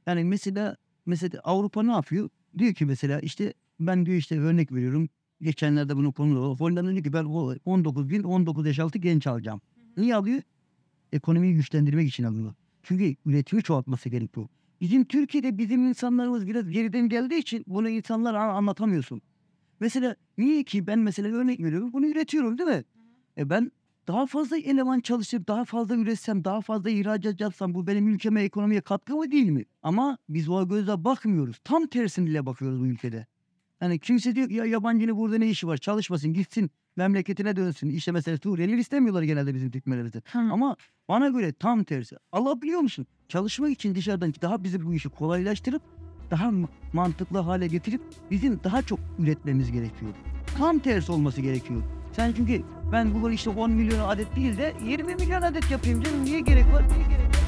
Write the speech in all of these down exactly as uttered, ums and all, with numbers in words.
Yani mesela mesela Avrupa ne yapıyor? Diyor ki mesela işte ben diyor işte örnek veriyorum. Geçenlerde bunu konu Hollanda diyor ki ben o on dokuz bin on dokuz yaş altı genç alacağım. Niye alıyor? Ekonomiyi güçlendirmek için alıyor. Çünkü üretimi çoğaltması gerekiyor. Bizim Türkiye'de bizim insanlarımız biraz geriden geldiği için bunu insanlara anlatamıyorsun. Mesela niye ki ben mesela örnek veriyorum bunu üretiyorum değil mi? E ben daha fazla eleman çalıştırıp daha fazla üretsem daha fazla ihracat yapsam bu benim ülkeme ekonomiye katkı mı değil mi? Ama biz o gözle bakmıyoruz. Tam tersine bakıyoruz bu ülkede. Hani kimse diyor ki ya yabancının burada ne işi var çalışmasın gitsin memleketine dönsün. İşte mesela Suriyeliler istemiyorlar genelde bizim Türkmenlerimizde. Ama bana göre tam tersi. Alabiliyor musun? Çalışmak için dışarıdan daha bizi bu işi kolaylaştırıp daha mantıklı hale getirip bizim daha çok üretmemiz gerekiyor. Tam tersi olması gerekiyor. Sen çünkü ben bugün işte on milyon adet değil de yirmi milyon adet yapayım canım. Niye gerek var? Niye gerek var?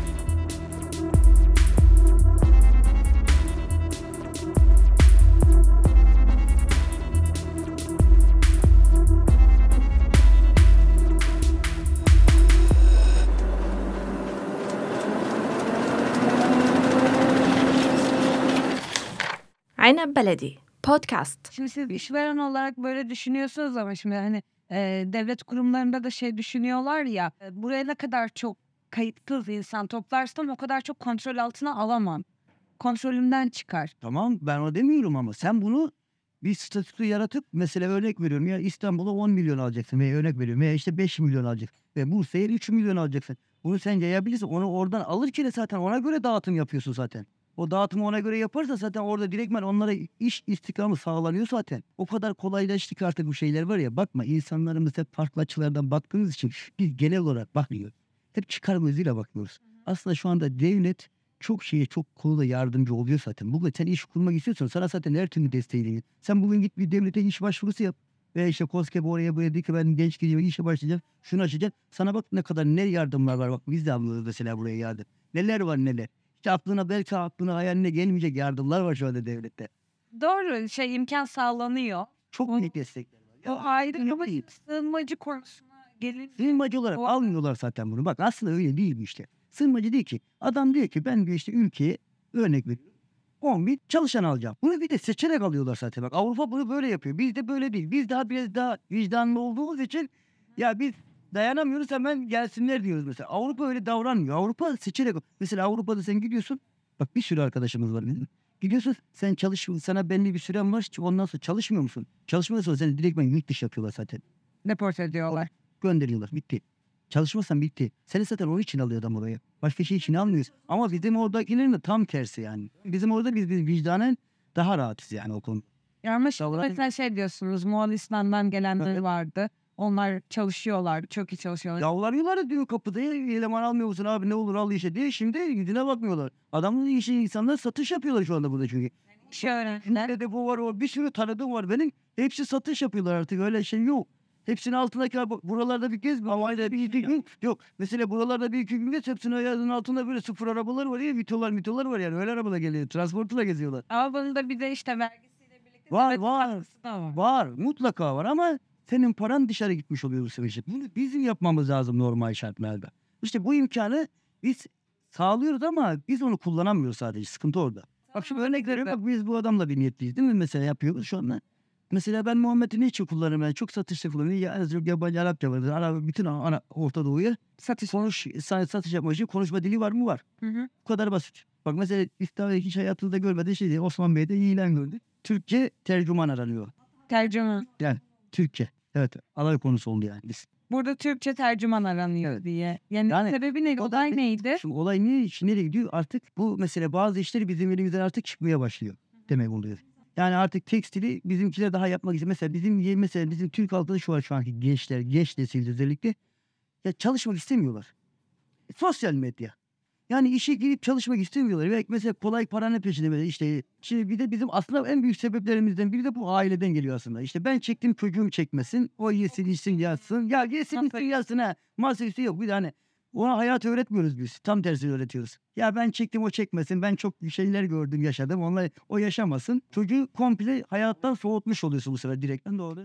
Aynab Beledi Podcast. Şimdi siz işveren olarak böyle düşünüyorsunuz ama şimdi hani e, devlet kurumlarında da şey düşünüyorlar ya e, buraya ne kadar çok kayıtsız insan toplarsam o kadar çok kontrol altına alamam. Kontrolümden çıkar. Tamam ben o demiyorum ama sen bunu bir statü yaratıp mesela örnek veriyorum ya İstanbul'a on milyon alacaksın veya örnek veriyorum veya işte beş milyon alacaksın ve Bursa'ya üç milyon alacaksın. Bunu sen yayabilirsin. Onu oradan alırken de zaten ona göre dağıtım yapıyorsun zaten. O dağıtımı ona göre yaparsa zaten orada direktmen onlara iş istihdamı sağlanıyor zaten. O kadar kolaylaştı ki artık bu şeyler var ya bakma insanlarımız hep farklı açılardan baktığımız için biz genel olarak bakmıyoruz. Hep çıkar gözüyle bakıyoruz. Aslında şu anda devlet çok şeye çok konuda yardımcı oluyor zaten. Bugün sen iş kurmak istiyorsan sana zaten her türlü desteği veriyor. Sen bugün git bir devlete iş başvurusu yap. Ve işte KOSGEB oraya buraya dedi ki ben genç gidiyorum işe başlayacağım. Şunu açacağım. Sana bak ne kadar ne yardımlar var. Bak biz de alıyoruz mesela buraya yardım. Neler var neler. Hiç aklına belki aklına hayaline gelmeyecek yardımlar var şu anda devlette. Doğru şey imkan sağlanıyor. Çok O- büyük destekler var. O Ya, ayrı ama değil. sığınmacı konusuna gelin. Sığınmacı olarak O- almıyorlar zaten bunu. Bak aslında öyle değil bu işte. Sığınmacı değil ki. Adam diyor ki ben diyor işte ülkeye örnek veriyorum. on bin çalışan alacağım. Bunu bir de seçerek alıyorlar zaten. Bak Avrupa bunu böyle yapıyor. Bizde böyle değil. Biz daha biraz daha vicdanlı olduğumuz için ya biz dayanamıyoruz hemen gelsinler diyoruz mesela. Avrupa öyle davranmıyor. Avrupa seçerek. Mesela Avrupa'da sen gidiyorsun. Bak bir sürü arkadaşımız var bizim. Gidiyorsun sen çalış sana belli bir süren var. Ondan sonra çalışmıyor musun? Çalışmıyorsan seni direktmen yurt dışı yapıyorlar zaten. Deport ediyorlar. Gönderiyorlar. Bitti. Çalışmazsan bitti. Seni zaten onun için alıyor adam oraya. Başka şey için almıyoruz. Ama bizim oradakilerin de tam tersi yani. Bizim orada biz, biz vicdanen daha rahatız yani o konuda. Ya ama şimdi Davran- mesela şey diyorsunuz Moğolistan'dan gelenler Evet. vardı. Onlar çalışıyorlar. Çok iyi çalışıyorlar. Yalvarıyorlar diyor kapıda ya, eleman almıyor musun abi ne olur al işe diye. Şimdi yüzüne bakmıyorlar. Adamın işi insanlar satış yapıyorlar şu anda burada çünkü. İş öğrendiler. Nerede bu var o bir sürü tanıdığım var benim. Hepsi satış yapıyorlar artık öyle şey yok. Hepsinin altındaki bak buralarda bir gez. Havayla bir iki gün. Yok. Mesela buralarda bir iki gün gez. Hepsinin ayağının altında böyle sıfır arabalar var ya. Vitolar mitolar var yani. Öyle arabalar geliyor. Transportla geziyorlar. Ama bunun da bir de işte vergisiyle birlikte Var, devlet var. katkısı da var. Var. Mutlaka var ama senin paran dışarı gitmiş oluyor bu sefer. Bunu bizim yapmamız lazım normal şartlarda. İşte bu imkanı biz sağlıyoruz ama biz onu kullanamıyoruz sadece. Sıkıntı orada. Bak şimdi örnek veriyorum. Bak biz bu adamla bir niyetliyiz değil mi? Mesela yapıyoruz şu anda. Mesela ben Muhammed'i ne için kullanırım? Yani çok satışta kullanıyorum. Ya az çok yabancı Arapça var. Arap, bütün ana, Orta Doğu'ya Satış. konuş, sa- satış yapmak için konuşma dili var mı? Var. Hı hı. Bu kadar basit. Bak mesela İstanbul'da hiç hayatında görmediği şey değil. Osman Bey'de ilan gördük. Türkçe tercüman aranıyor. Tercüman. Yani Türkçe. Evet. Alay konusu oldu yani biz. Burada Türkçe tercüman aranıyor Evet. diye. Yani, Yani sebebi neydi? o da Olay ne- neydi? Şimdi olay niye, nereye gidiyor? Artık bu mesela bazı işleri bizim elimizden artık çıkmaya başlıyor. Demek oluyor. Yani artık tekstili bizimkiler daha yapmak istiyor. Mesela bizim ye- mesela bizim Türk halkında şu var şu anki gençler, genç nesil özellikle ya çalışmak istemiyorlar. Sosyal medya. Yani işe girip çalışmak istemiyorlar. Ve mesela kolay paranın peşinde böyle işte. Şimdi bir de bizim aslında en büyük sebeplerimizden biri de bu aileden geliyor aslında. İşte ben çektim çocuğum çekmesin. O yesin içsin yatsın. Ya yesin içsin yatsın ha. Masaüstü yok. Bir de hani ona hayat öğretmiyoruz biz. Tam tersini öğretiyoruz. Ya ben çektim o çekmesin. Ben çok şeyler gördüm yaşadım. Onlar o yaşamasın. Çocuğu komple hayattan soğutmuş oluyorsun bu sefer direkten doğru.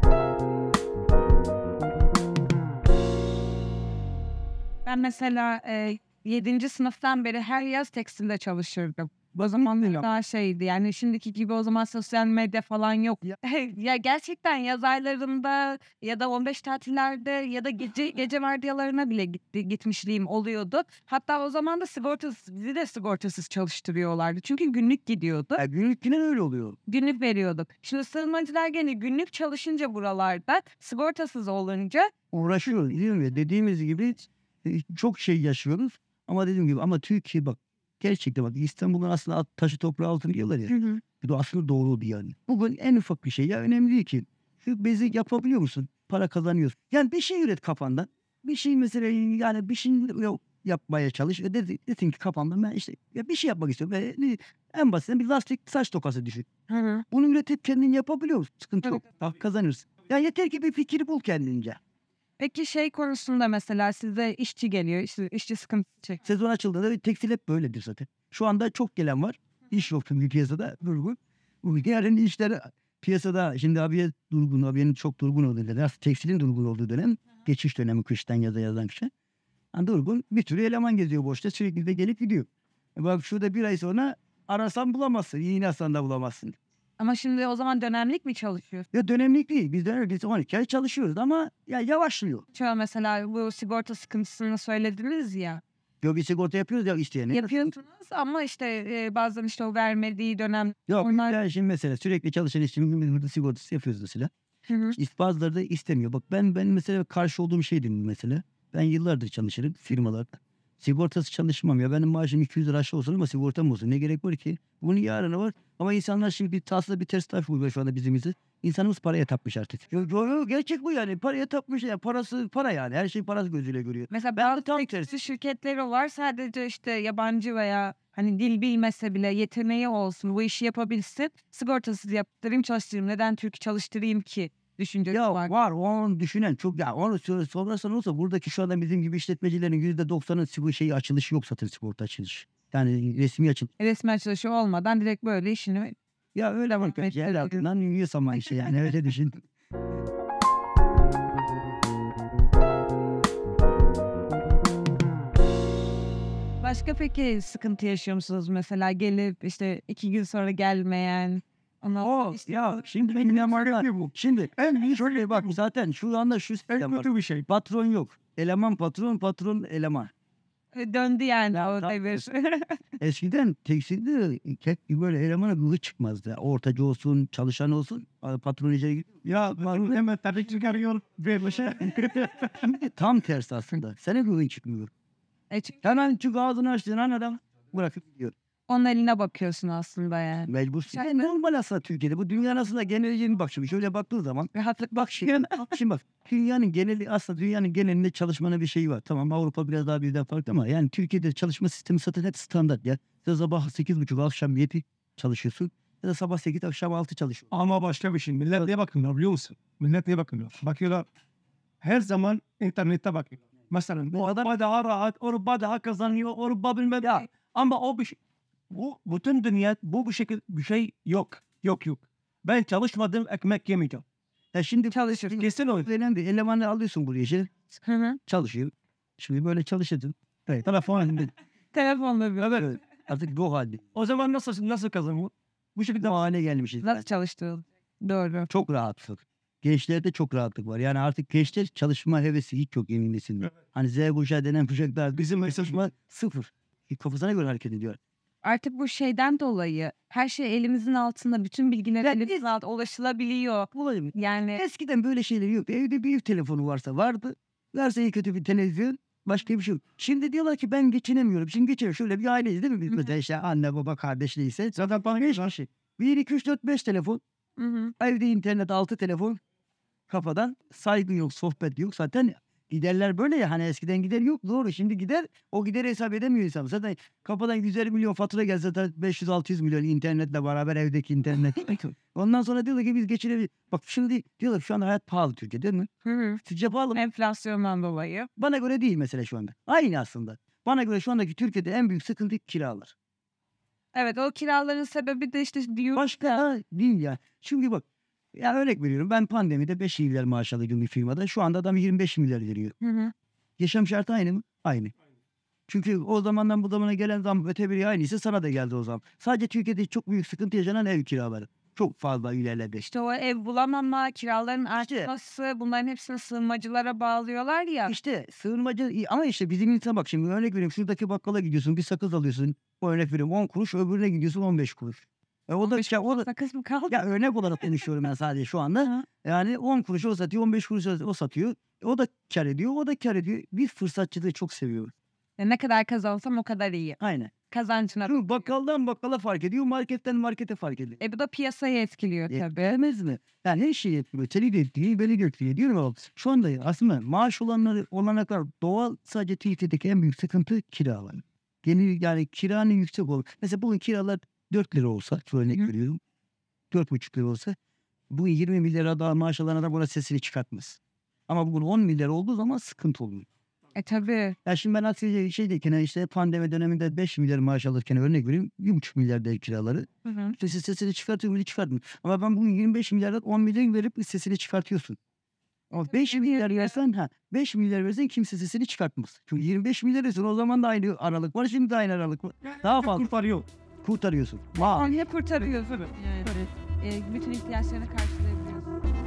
Ben mesela e, yedinci sınıftan beri her yaz tekstilde çalışırdım. O zaman daha şeydi yani şimdiki gibi o zaman sosyal medya falan yok. Ya- Ya gerçekten yaz aylarında ya da on beş tatillerde ya da gece gece vardiyalarına bile gitti, gitmişliğim oluyordu. Hatta o zaman da sigortasız, bizi de sigortasız çalıştırıyorlardı. Çünkü günlük gidiyordu. Ya günlük yine öyle oluyor. Günlük veriyorduk. Şimdi sığınmacılar gene günlük çalışınca buralarda sigortasız olunca Uğraşıyoruz. Diyorum ya, dediğimiz gibi e, çok şey yaşıyoruz. Ama dediğim gibi ama Türkiye bak gerçekten bak İstanbul'un aslında alt- taşı toprağı altın diyorlar ya. Bu da aslında doğru bir yani. Bugün en ufak bir şey ya önemli değil ki. Şu bezi yapabiliyor musun? Para kazanıyorsun. Yani bir şey üret kafandan. Bir şey mesela yani bir şey yapmaya çalış. Ve dedi, desin ki kafandan ben işte ya bir şey yapmak istiyorum. Ve ne- en basitinden bir lastik saç tokası düşün. Hı hı. Bunu üretip kendin yapabiliyor musun? Sıkıntı Tabii. yok. Bak kazanırsın. Ya yeter ki bir fikri bul kendince. Peki şey konusunda mesela size işçi geliyor, işte işçi sıkıntısı çek. Sezon açıldığında ve tekstil hep böyledir zaten. Şu anda çok gelen var. İş yok çünkü piyasada durgun. Bu yarın işler piyasada şimdi abiye durgun, abiyenin çok durgun olduğu dönem. Aslında tekstilin durgun olduğu dönem. Geçiş dönemi kıştan yaza yazdan kışa. Yani durgun bir sürü eleman geziyor boşta sürekli de gelip gidiyor. E bak şurada bir ay sonra arasan bulamazsın. İğne asan da bulamazsın. Ama şimdi o zaman dönemlik mi çalışıyor? Ya dönemlik değil. Biz neredeyse on iki ay çalışıyoruz ama ya yavaşlıyor. Şöyle mesela bu sigorta sıkıntısını söylediniz ya. Yok bir sigorta yapıyoruz ya isteyene. Yapıyorsunuz ama işte e, bazen işte o vermediği dönem Yok onlar- yani şimdi mesela sürekli çalışan işçinin biz burada sigortası yapıyoruz mesela. Hı hı. İşte bazıları da istemiyor. Bak ben ben mesela karşı olduğum şeydi mesela. Ben yıllardır çalışırım firmalarda. Sigortası çalışmam ya. Benim maaşım iki yüz lira aşağı olsun ama sigortam olsun. Ne gerek var ki? Bunun yarını var. Ama insanlar şimdi bir aslında bir ters taraf uyguluyor şu anda bizimizi. İnsanımız paraya tapmış artık. Yo, yo, yo, gerçek bu yani. Paraya tapmış ya. Parası para yani. Her şey parası gözüyle görüyor. Mesela Ben de bazı tam tekstil tersi. şirketleri var sadece işte yabancı veya hani dil bilmese bile yeteneği olsun bu işi yapabilsin. Sigortasız yaptırayım çalıştırayım. Neden Türk çalıştırayım ki düşüncesi Ya var. var onu düşünen çok ya onu sor- sorarsan olsa buradaki şu anda bizim gibi işletmecilerin yüzde doksanın sigorta şeyi açılışı yok zaten sigorta açılış. Yani resmi açılış. Resmi açılışı olmadan direkt böyle işini Ya öyle bak Evet, yer evet. altından yiyor ama işi yani öyle düşün. Başka peki sıkıntı yaşıyor musunuz mesela gelip işte iki gün sonra gelmeyen ona O işte ya şimdi benim yamarlar. Şimdi en şöyle bak zaten şu anda şu sistem var. bir şey. Patron yok. Eleman patron, patron eleman. döndü yani o tam devir. Eskiden tekstilde tek böyle elemana gılı çıkmazdı. Ortacı olsun, çalışan olsun, patron içeri gidiyor. Ya ben hemen tabii çıkarıyor ve bir şey. Şimdi tam tersi aslında. Sana gılı çıkmıyor. E çünkü Hemen çünkü ağzını açtığın an adam bırakıp gidiyor. onun eline bakıyorsun aslında yani. Mecbursun. Şey- Yani normal aslında Türkiye'de. Bu dünyanın aslında geneline bak şimdi. Şöyle baktığın zaman Rahatlık bak şimdi, şimdi bak dünyanın geneli aslında dünyanın genelinde çalışmanın bir şeyi var. Tamam Avrupa biraz daha bizden farklı ama yani Türkiye'de çalışma sistemi zaten hep standart ya. Sen sabah sekiz buçuk akşam yedi çalışıyorsun. Ya da sabah sekiz akşam altı çalışıyorsun. Ama başka bir şey. Millet neye bakıyorlar biliyor musun? Millet neye bakıyorlar? Bakıyorlar. Her zaman internette bakıyorlar. Mesela bu Avrupa daha rahat, Avrupa daha kazanıyor, Avrupa bilmem Ya. ne. Ama o bir şey. Bu bütün dünya bu bu şekilde bir şey yok. Yok yok. Ben çalışmadım ekmek yemeyeceğim. Ya şimdi Çalışır. Kesin öyle. önemli. Elemanı alıyorsun buraya işte Hı hı. çalışıyor. Şimdi böyle çalışırdın. Evet. Telefon. Telefonla bir. Evet. Artık bu halde. O zaman nasıl nasıl kazanıyor? Bu şekilde Bu hale gelmişiz. Nasıl çalıştığın. Doğru. Çok rahatlık. Gençlerde çok rahatlık var. Yani artık gençler çalışma hevesi hiç yok emin misin? Evet. Hani Z kuşağı denen kuşaklar Bizim bizim çalışma sıfır. Kafasına göre hareket ediyor. Artık bu şeyden dolayı her şey elimizin altında. Bütün bilgiler Ya elimizin biz- altında ulaşılabiliyor. Olay mı? Yani Eskiden böyle şeyler yok. Evde bir ev telefonu varsa vardı. Varsa iyi kötü bir televizyon. Başka bir şey yok. Şimdi diyorlar ki ben geçinemiyorum. Şimdi geçiyor. Şöyle bir aileyiz değil mi? Biz Hı hı. mesela işte anne baba kardeş neyse. zaten bana Beş geçer. kişi. Bir, iki, üç, dört, beş telefon. hı hı. Evde internet altı telefon. Kafadan saygı yok, sohbet yok. Zaten giderler böyle ya hani eskiden gider yok doğru. Şimdi gider o gideri hesap edemiyor insan. Zaten kafadan yüz elli milyon fatura gelse zaten beş yüz altı yüz milyon internetle beraber evdeki internet. Ondan sonra diyorlar ki biz geçirebiliriz. Bak şimdi diyorlar şu anda hayat pahalı Türkiye değil mi? Hı hı. Sizce pahalı mı? Enflasyondan dolayı. Bana göre değil mesela şu anda. Aynı aslında. Bana göre şu andaki Türkiye'de en büyük sıkıntı kiralar. Evet o kiraların sebebi de işte diyor. Başka ha, değil ya. Çünkü bak ya örnek veriyorum ben pandemide beş milyar maaş alıyordum bir firmada. Şu anda adam yirmi beş milyar veriyor. Hı hı. Yaşam şartı aynı mı? Aynı. Çünkü o zamandan bu zamana gelen zam öte biri aynıysa sana da geldi o zam. Sadece Türkiye'de çok büyük sıkıntı yaşanan ev kiraları. Çok fazla ilerledi. İşte o ev bulamama, kiraların artması, bunların hepsini sığınmacılara bağlıyorlar ya. İşte sığınmacı ama işte bizim insan bak şimdi örnek vereyim şuradaki bakkala gidiyorsun bir sakız alıyorsun. O örnek vereyim on kuruş öbürüne gidiyorsun on beş kuruş. E o da, ya, o da Sakız mı kaldı? ya örnek olarak konuşuyorum ben sadece şu anda. Yani on kuruş o satıyor on beş kuruş o satıyor. E o da kar ediyor o da kar ediyor. Biz fırsatçılığı çok seviyoruz. Ya ne kadar kazansam o kadar iyi. Aynen. Kazancına. Çünkü bakkaldan bakkala fark ediyor marketten markete fark ediyor. E bu da piyasayı etkiliyor tabii. Etkilemez mi? Yani her şeyi etkiliyor. Seni de etkiliyor, beni de etkiliyor. Diyorum ya şu anda aslında maaş olanları olanaklar doğal sadece Türkiye'deki en büyük sıkıntı kiralar. Yeni yani kiranın yüksek olur. Mesela bugün kiralar dört lira olsa, şu örnek Hı. veriyorum. dört buçuk lira olsa bu yirmi milyara daha maaş alan adam buna sesini çıkartmaz. Ama bugün on milyar olduğu zaman sıkıntı oluyor. E tabii. Ya şimdi ben aslında şeydeyken işte pandemi döneminde beş milyar maaş alırken örnek vereyim bir buçuk milyar değil kiraları. Hı hı. Sesi sesini çıkartıyor mu çıkartmıyor. Ama ben bugün yirmi beş milyardan on milyar verip sesini çıkartıyorsun. Ama beş milyar versen ha beş milyar versen kimse sesini çıkartmaz. Çünkü yirmi beş milyar versen o zaman da aynı aralık var şimdi de aynı aralık var. Daha fazla Kurtarıyor. kurtarıyorsun. Vay. Onu hep kurtarıyorsun. Evet. E, bütün ihtiyaçlarını karşılayabiliyorsun.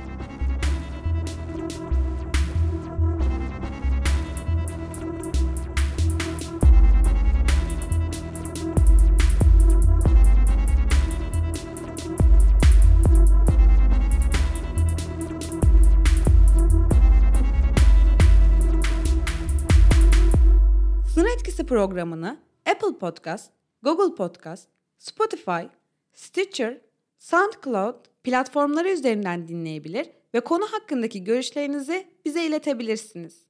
Sınır Etkisi programını Apple Podcast, Google Podcast, Spotify, Stitcher, SoundCloud platformları üzerinden dinleyebilir ve konu hakkındaki görüşlerinizi bize iletebilirsiniz.